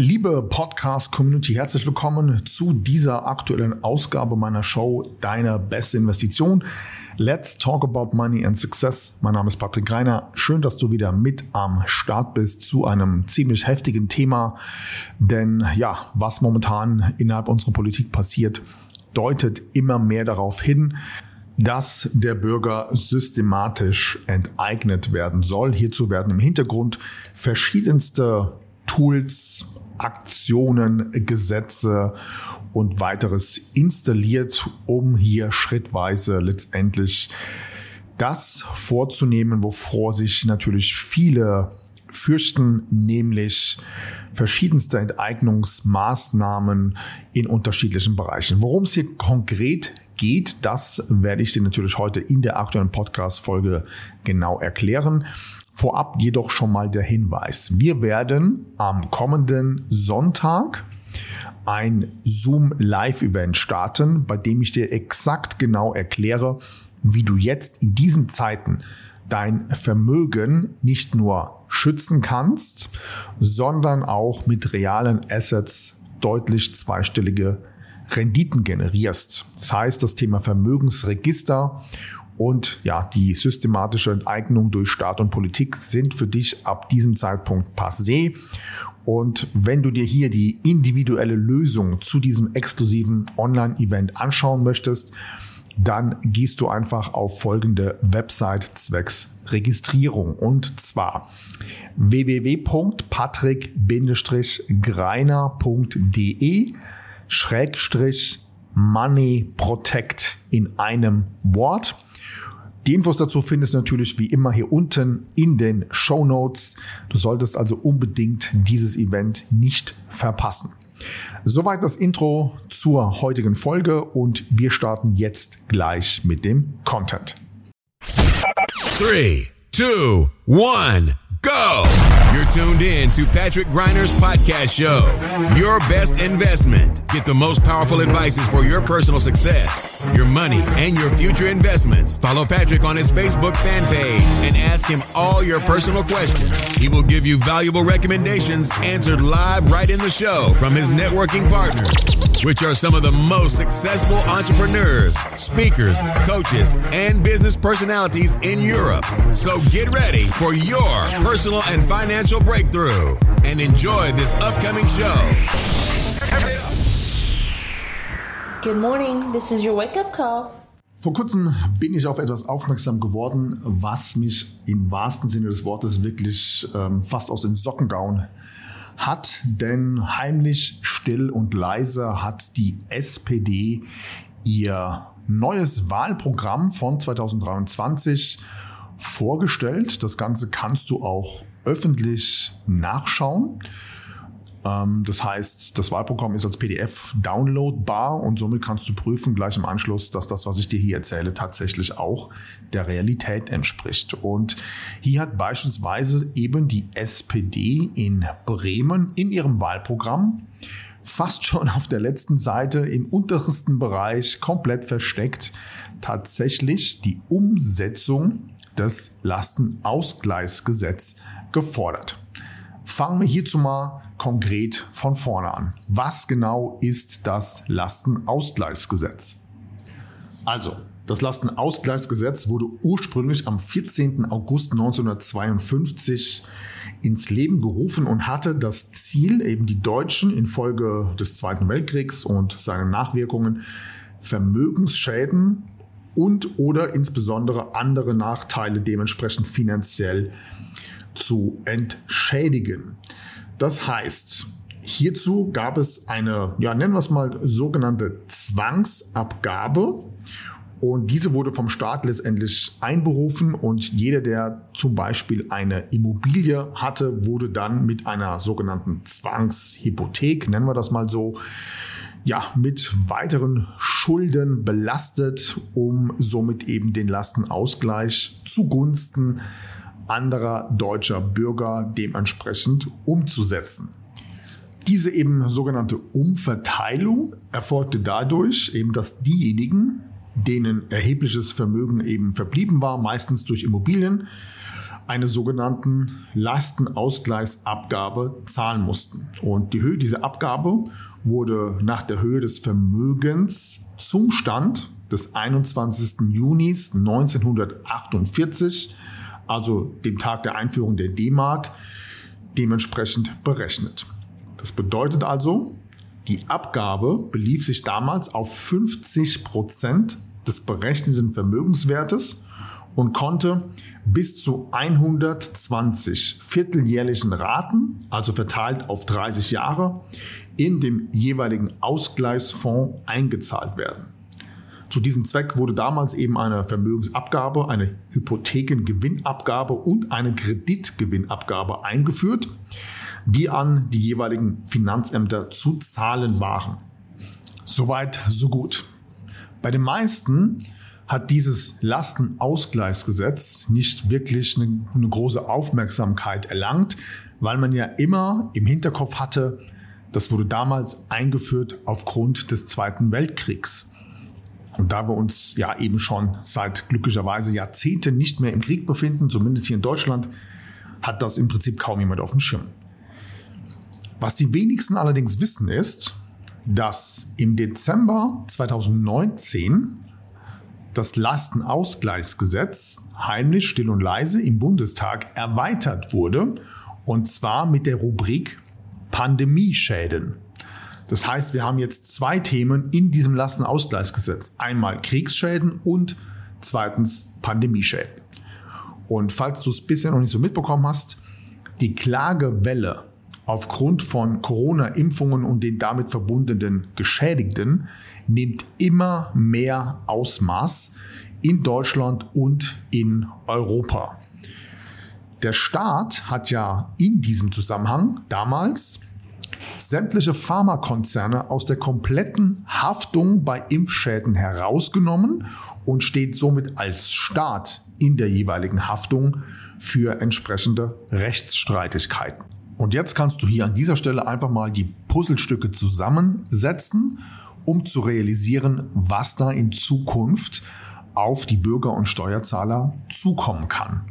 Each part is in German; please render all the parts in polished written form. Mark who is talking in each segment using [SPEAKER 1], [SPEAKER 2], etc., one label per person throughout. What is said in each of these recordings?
[SPEAKER 1] Liebe Podcast-Community, herzlich willkommen zu dieser aktuellen Ausgabe meiner Show Deine beste Investition. Let's talk about money and success. Mein Name ist Patrick Greiner. Schön, dass du wieder mit am Start bist zu einem ziemlich heftigen Thema. Denn ja, was momentan innerhalb unserer Politik passiert, deutet immer mehr darauf hin, dass der Bürger systematisch enteignet werden soll. Hierzu werden im Hintergrund verschiedenste Tools, Aktionen, Gesetze und weiteres installiert, um hier schrittweise letztendlich das vorzunehmen, wovor sich natürlich viele fürchten, nämlich verschiedenste Enteignungsmaßnahmen in unterschiedlichen Bereichen. Worum es hier konkret geht, das werde ich dir natürlich heute in der aktuellen Podcast-Folge genau erklären. Vorab jedoch schon mal der Hinweis. Wir werden am kommenden Sonntag ein Zoom-Live-Event starten, bei dem ich dir exakt genau erkläre, wie du jetzt in diesen Zeiten dein Vermögen nicht nur schützen kannst, sondern auch mit realen Assets deutlich zweistellige Renditen generierst. Das heißt, das Thema Vermögensregister und ja, die systematische Enteignung durch Staat und Politik sind für dich ab diesem Zeitpunkt passé. Und wenn du dir hier die individuelle Lösung zu diesem exklusiven Online-Event anschauen möchtest, dann gehst du einfach auf folgende Website zwecks Registrierung, und zwar www.patrickgreiner.de/Money Protect in einem Wort. Die Infos dazu findest du natürlich wie immer hier unten in den Shownotes. Du solltest also unbedingt dieses Event nicht verpassen. Soweit das Intro zur heutigen Folge und wir starten jetzt gleich mit dem Content.
[SPEAKER 2] 3, 2, 1, go! You're tuned in to Patrick Greiner's podcast show. Your best investment. Get the most powerful advices for your personal success, your money, and your future investments. Follow Patrick on his Facebook fan page and ask him all your personal questions. He will give you valuable recommendations answered live right in the show from his networking partners, which are some of the most successful entrepreneurs, speakers, coaches, and business personalities in Europe. So get ready for your personal and financial breakthrough and enjoy this upcoming show.
[SPEAKER 3] Good morning, this is your wake-up call.
[SPEAKER 1] Vor kurzem bin ich auf etwas aufmerksam geworden, was mich im wahrsten Sinne des Wortes wirklich fast aus den Socken gehauen hat. Denn heimlich, still und leise hat die SPD ihr neues Wahlprogramm von 2023 vorgestellt. Das Ganze kannst du auch öffentlich nachschauen. Das heißt, das Wahlprogramm ist als PDF downloadbar und somit kannst du prüfen gleich im Anschluss, dass das, was ich dir hier erzähle, tatsächlich auch der Realität entspricht. Und hier hat beispielsweise eben die SPD in Bremen in ihrem Wahlprogramm fast schon auf der letzten Seite im untersten Bereich komplett versteckt tatsächlich die Umsetzung des Lastenausgleichsgesetzes gefordert. Fangen wir hierzu mal konkret von vorne an. Was genau ist das Lastenausgleichsgesetz? Also, das Lastenausgleichsgesetz wurde ursprünglich am 14. August 1952 ins Leben gerufen und hatte das Ziel, eben die Deutschen infolge des Zweiten Weltkriegs und seinen Nachwirkungen Vermögensschäden und oder insbesondere andere Nachteile dementsprechend finanziell zu entschädigen. Das heißt, hierzu gab es eine, nennen wir es mal, sogenannte Zwangsabgabe. Und diese wurde vom Staat letztendlich einberufen und jeder, der zum Beispiel eine Immobilie hatte, wurde dann mit einer sogenannten Zwangshypothek, nennen wir das mal so, mit weiteren Schulden belastet, um somit eben den Lastenausgleich zugunsten anderer deutscher Bürger dementsprechend umzusetzen. Diese eben sogenannte Umverteilung erfolgte dadurch eben, dass diejenigen, denen erhebliches Vermögen eben verblieben war, meistens durch Immobilien, eine sogenannten Lastenausgleichsabgabe zahlen mussten. Und die Höhe dieser Abgabe wurde nach der Höhe des Vermögens zum Stand des 21. Juni 1948, also dem Tag der Einführung der D-Mark, dementsprechend berechnet. Das bedeutet also, die Abgabe belief sich damals auf 50% des berechneten Vermögenswertes und konnte bis zu 120 vierteljährlichen Raten, also verteilt auf 30 Jahre, in dem jeweiligen Ausgleichsfonds eingezahlt werden. Zu diesem Zweck wurde damals eben eine Vermögensabgabe, eine Hypothekengewinnabgabe und eine Kreditgewinnabgabe eingeführt, die an die jeweiligen Finanzämter zu zahlen waren. Soweit, so gut. Bei den meisten hat dieses Lastenausgleichsgesetz nicht wirklich eine große Aufmerksamkeit erlangt, weil man ja immer im Hinterkopf hatte, das wurde damals eingeführt aufgrund des Zweiten Weltkriegs. Und da wir uns ja eben schon seit glücklicherweise Jahrzehnten nicht mehr im Krieg befinden, zumindest hier in Deutschland, hat das im Prinzip kaum jemand auf dem Schirm. Was die wenigsten allerdings wissen ist, dass im Dezember 2019 das Lastenausgleichsgesetz heimlich, still und leise im Bundestag erweitert wurde, und zwar mit der Rubrik Pandemieschäden. Das heißt, wir haben jetzt zwei Themen in diesem Lastenausgleichsgesetz. Einmal Kriegsschäden und zweitens Pandemieschäden. Und falls du es bisher noch nicht so mitbekommen hast, die Klagewelle aufgrund von Corona-Impfungen und den damit verbundenen Geschädigten nimmt immer mehr Ausmaß in Deutschland und in Europa. Der Staat hat ja in diesem Zusammenhang damals sämtliche Pharmakonzerne aus der kompletten Haftung bei Impfschäden herausgenommen und steht somit als Staat in der jeweiligen Haftung für entsprechende Rechtsstreitigkeiten. Und jetzt kannst du hier an dieser Stelle einfach mal die Puzzlestücke zusammensetzen, um zu realisieren, was da in Zukunft auf die Bürger und Steuerzahler zukommen kann.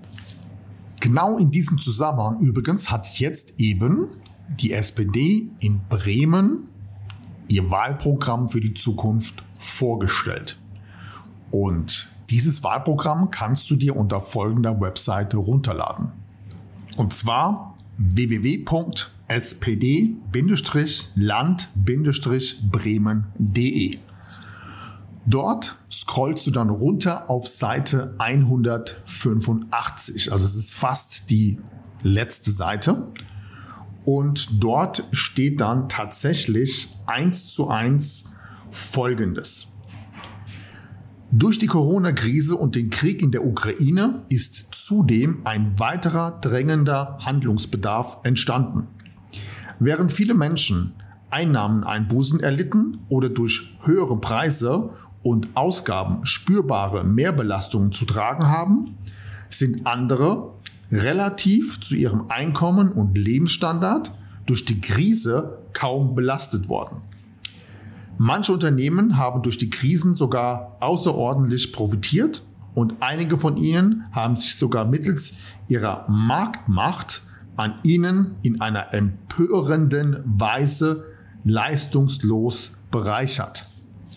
[SPEAKER 1] Genau in diesem Zusammenhang übrigens hat jetzt eben die SPD in Bremen ihr Wahlprogramm für die Zukunft vorgestellt. Und dieses Wahlprogramm kannst du dir unter folgender Webseite runterladen. Und zwar www.spd-land-bremen.de. Dort scrollst du dann runter auf Seite 185. Also es ist fast die letzte Seite. Und dort steht dann tatsächlich 1:1 Folgendes. Durch die Corona-Krise und den Krieg in der Ukraine ist zudem ein weiterer drängender Handlungsbedarf entstanden. Während viele Menschen Einnahmeneinbußen erlitten oder durch höhere Preise und Ausgaben spürbare Mehrbelastungen zu tragen haben, sind andere relativ zu ihrem Einkommen und Lebensstandard durch die Krise kaum belastet worden. Manche Unternehmen haben durch die Krisen sogar außerordentlich profitiert und einige von ihnen haben sich sogar mittels ihrer Marktmacht an ihnen in einer empörenden Weise leistungslos bereichert.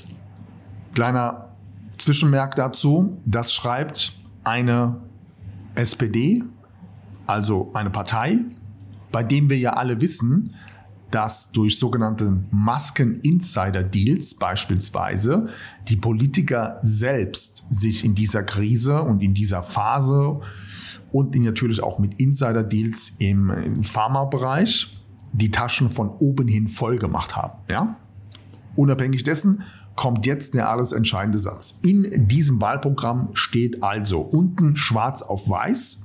[SPEAKER 1] Kleiner Zwischenmerk dazu, das schreibt eine SPD, also eine Partei, bei dem wir ja alle wissen, dass durch sogenannte Masken-Insider-Deals beispielsweise die Politiker selbst sich in dieser Krise und in dieser Phase und natürlich auch mit Insider-Deals im Pharmabereich die Taschen von oben hin voll gemacht haben. Ja? Unabhängig dessen kommt jetzt der alles entscheidende Satz. In diesem Wahlprogramm steht also unten schwarz auf weiß: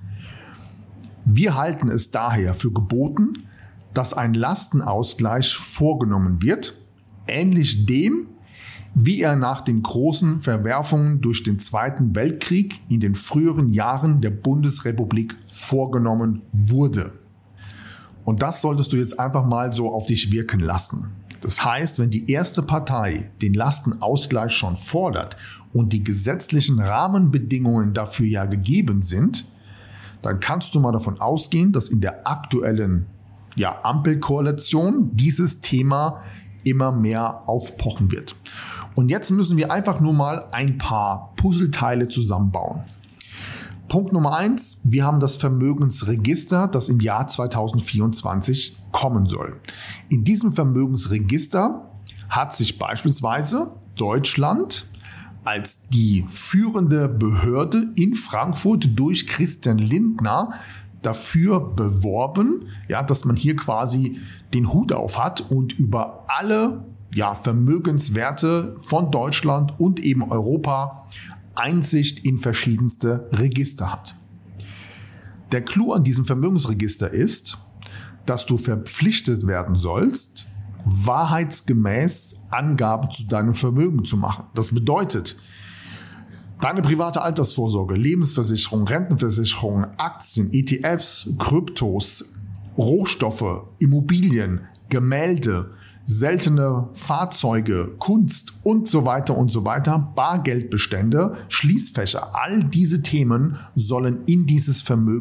[SPEAKER 1] Wir halten es daher für geboten, dass ein Lastenausgleich vorgenommen wird, ähnlich dem, wie er nach den großen Verwerfungen durch den Zweiten Weltkrieg in den früheren Jahren der Bundesrepublik vorgenommen wurde. Und das solltest du jetzt einfach mal so auf dich wirken lassen. Das heißt, wenn die erste Partei den Lastenausgleich schon fordert und die gesetzlichen Rahmenbedingungen dafür ja gegeben sind, dann kannst du mal davon ausgehen, dass in der aktuellen Ampelkoalition dieses Thema immer mehr aufpochen wird. Und jetzt müssen wir einfach nur mal ein paar Puzzleteile zusammenbauen. Punkt Nummer 1, wir haben das Vermögensregister, das im Jahr 2024 kommen soll. In diesem Vermögensregister hat sich beispielsweise Deutschland als die führende Behörde in Frankfurt durch Christian Lindner dafür beworben, dass man hier quasi den Hut auf hat und über alle Vermögenswerte von Deutschland und eben Europa Einsicht in verschiedenste Register hat. Der Clou an diesem Vermögensregister ist, dass du verpflichtet werden sollst, wahrheitsgemäß Angaben zu deinem Vermögen zu machen. Das bedeutet, deine private Altersvorsorge, Lebensversicherung, Rentenversicherung, Aktien, ETFs, Kryptos, Rohstoffe, Immobilien, Gemälde, seltene Fahrzeuge, Kunst und so weiter, Bargeldbestände, Schließfächer, all diese Themen sollen in dieses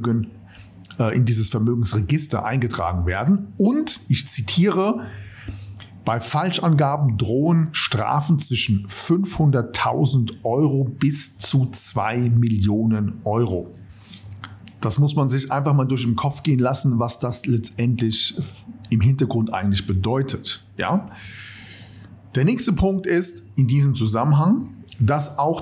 [SPEAKER 1] Vermögensregister eingetragen werden. Und, ich zitiere, bei Falschangaben drohen Strafen zwischen 500.000 Euro bis zu 2 Millionen Euro. Das muss man sich einfach mal durch den Kopf gehen lassen, was das letztendlich im Hintergrund eigentlich bedeutet. Ja? Der nächste Punkt ist in diesem Zusammenhang, dass auch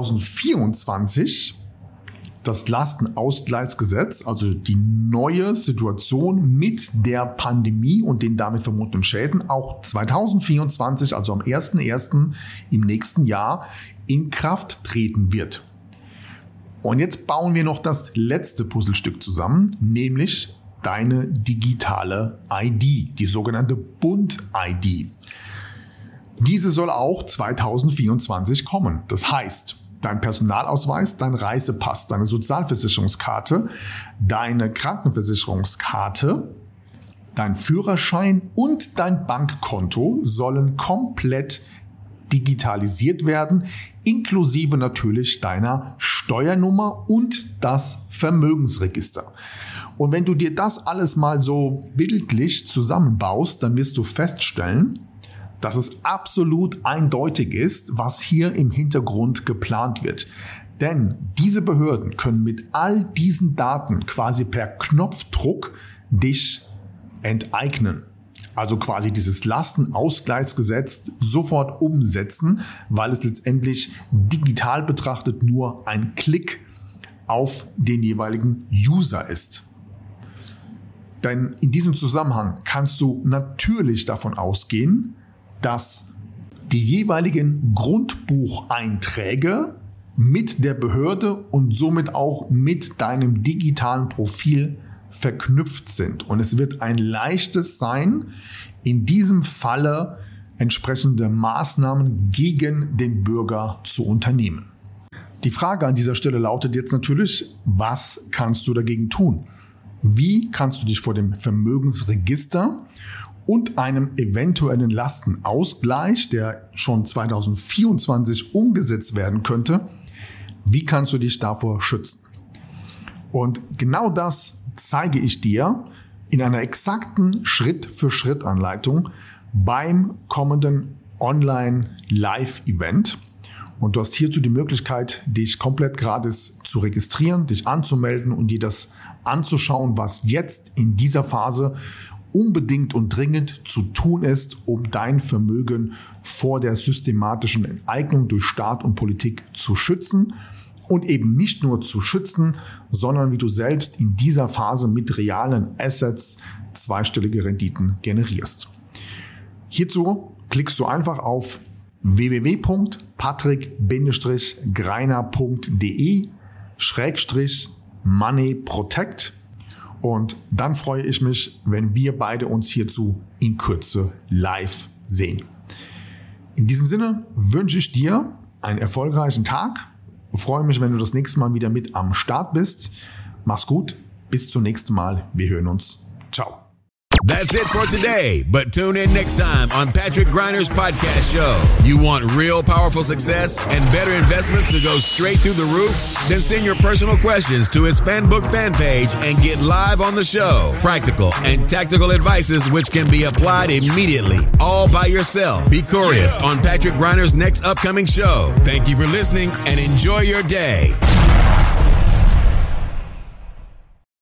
[SPEAKER 1] 2024 das Lastenausgleichsgesetz, also die neue Situation mit der Pandemie und den damit verbundenen Schäden, auch 2024, also am 01.01. im nächsten Jahr, in Kraft treten wird. Und jetzt bauen wir noch das letzte Puzzlestück zusammen, nämlich deine digitale ID, die sogenannte Bund-ID. Diese soll auch 2024 kommen. Das heißt, dein Personalausweis, dein Reisepass, deine Sozialversicherungskarte, deine Krankenversicherungskarte, dein Führerschein und dein Bankkonto sollen komplett digitalisiert werden, inklusive natürlich deiner Steuernummer und das Vermögensregister. Und wenn du dir das alles mal so bildlich zusammenbaust, dann wirst du feststellen, dass es absolut eindeutig ist, was hier im Hintergrund geplant wird. Denn diese Behörden können mit all diesen Daten quasi per Knopfdruck dich enteignen. Also quasi dieses Lastenausgleichsgesetz sofort umsetzen, weil es letztendlich digital betrachtet nur ein Klick auf den jeweiligen User ist. Denn in diesem Zusammenhang kannst du natürlich davon ausgehen, dass die jeweiligen Grundbucheinträge mit der Behörde und somit auch mit deinem digitalen Profil verknüpft sind. Und es wird ein leichtes sein, in diesem Falle entsprechende Maßnahmen gegen den Bürger zu unternehmen. Die Frage an dieser Stelle lautet jetzt natürlich, was kannst du dagegen tun? Wie kannst du dich vor dem Vermögensregister und einem eventuellen Lastenausgleich, der schon 2024 umgesetzt werden könnte, wie kannst du dich davor schützen? Und genau das zeige ich dir in einer exakten Schritt-für-Schritt-Anleitung beim kommenden Online-Live-Event. Und du hast hierzu die Möglichkeit, dich komplett gratis zu registrieren, dich anzumelden und dir das anzuschauen, was jetzt in dieser Phase unbedingt und dringend zu tun ist, um dein Vermögen vor der systematischen Enteignung durch Staat und Politik zu schützen. Und eben nicht nur zu schützen, sondern wie du selbst in dieser Phase mit realen Assets zweistellige Renditen generierst. Hierzu klickst du einfach auf www.patrickgreiner.de/moneyprotect und dann freue ich mich, wenn wir beide uns hierzu in Kürze live sehen. In diesem Sinne wünsche ich dir einen erfolgreichen Tag. Ich freue mich, wenn du das nächste Mal wieder mit am Start bist. Mach's gut, bis zum nächsten Mal. Wir hören uns. Ciao.
[SPEAKER 2] That's it for today, but tune in next time on Patrick Griner's podcast show. You want real powerful success and better investments to go straight through the roof? Then send your personal questions to his FanBook fan page and get live on the show. Practical and tactical advices which can be applied immediately, all by yourself. Be curious on Patrick Griner's next upcoming show. Thank you for listening and enjoy your day.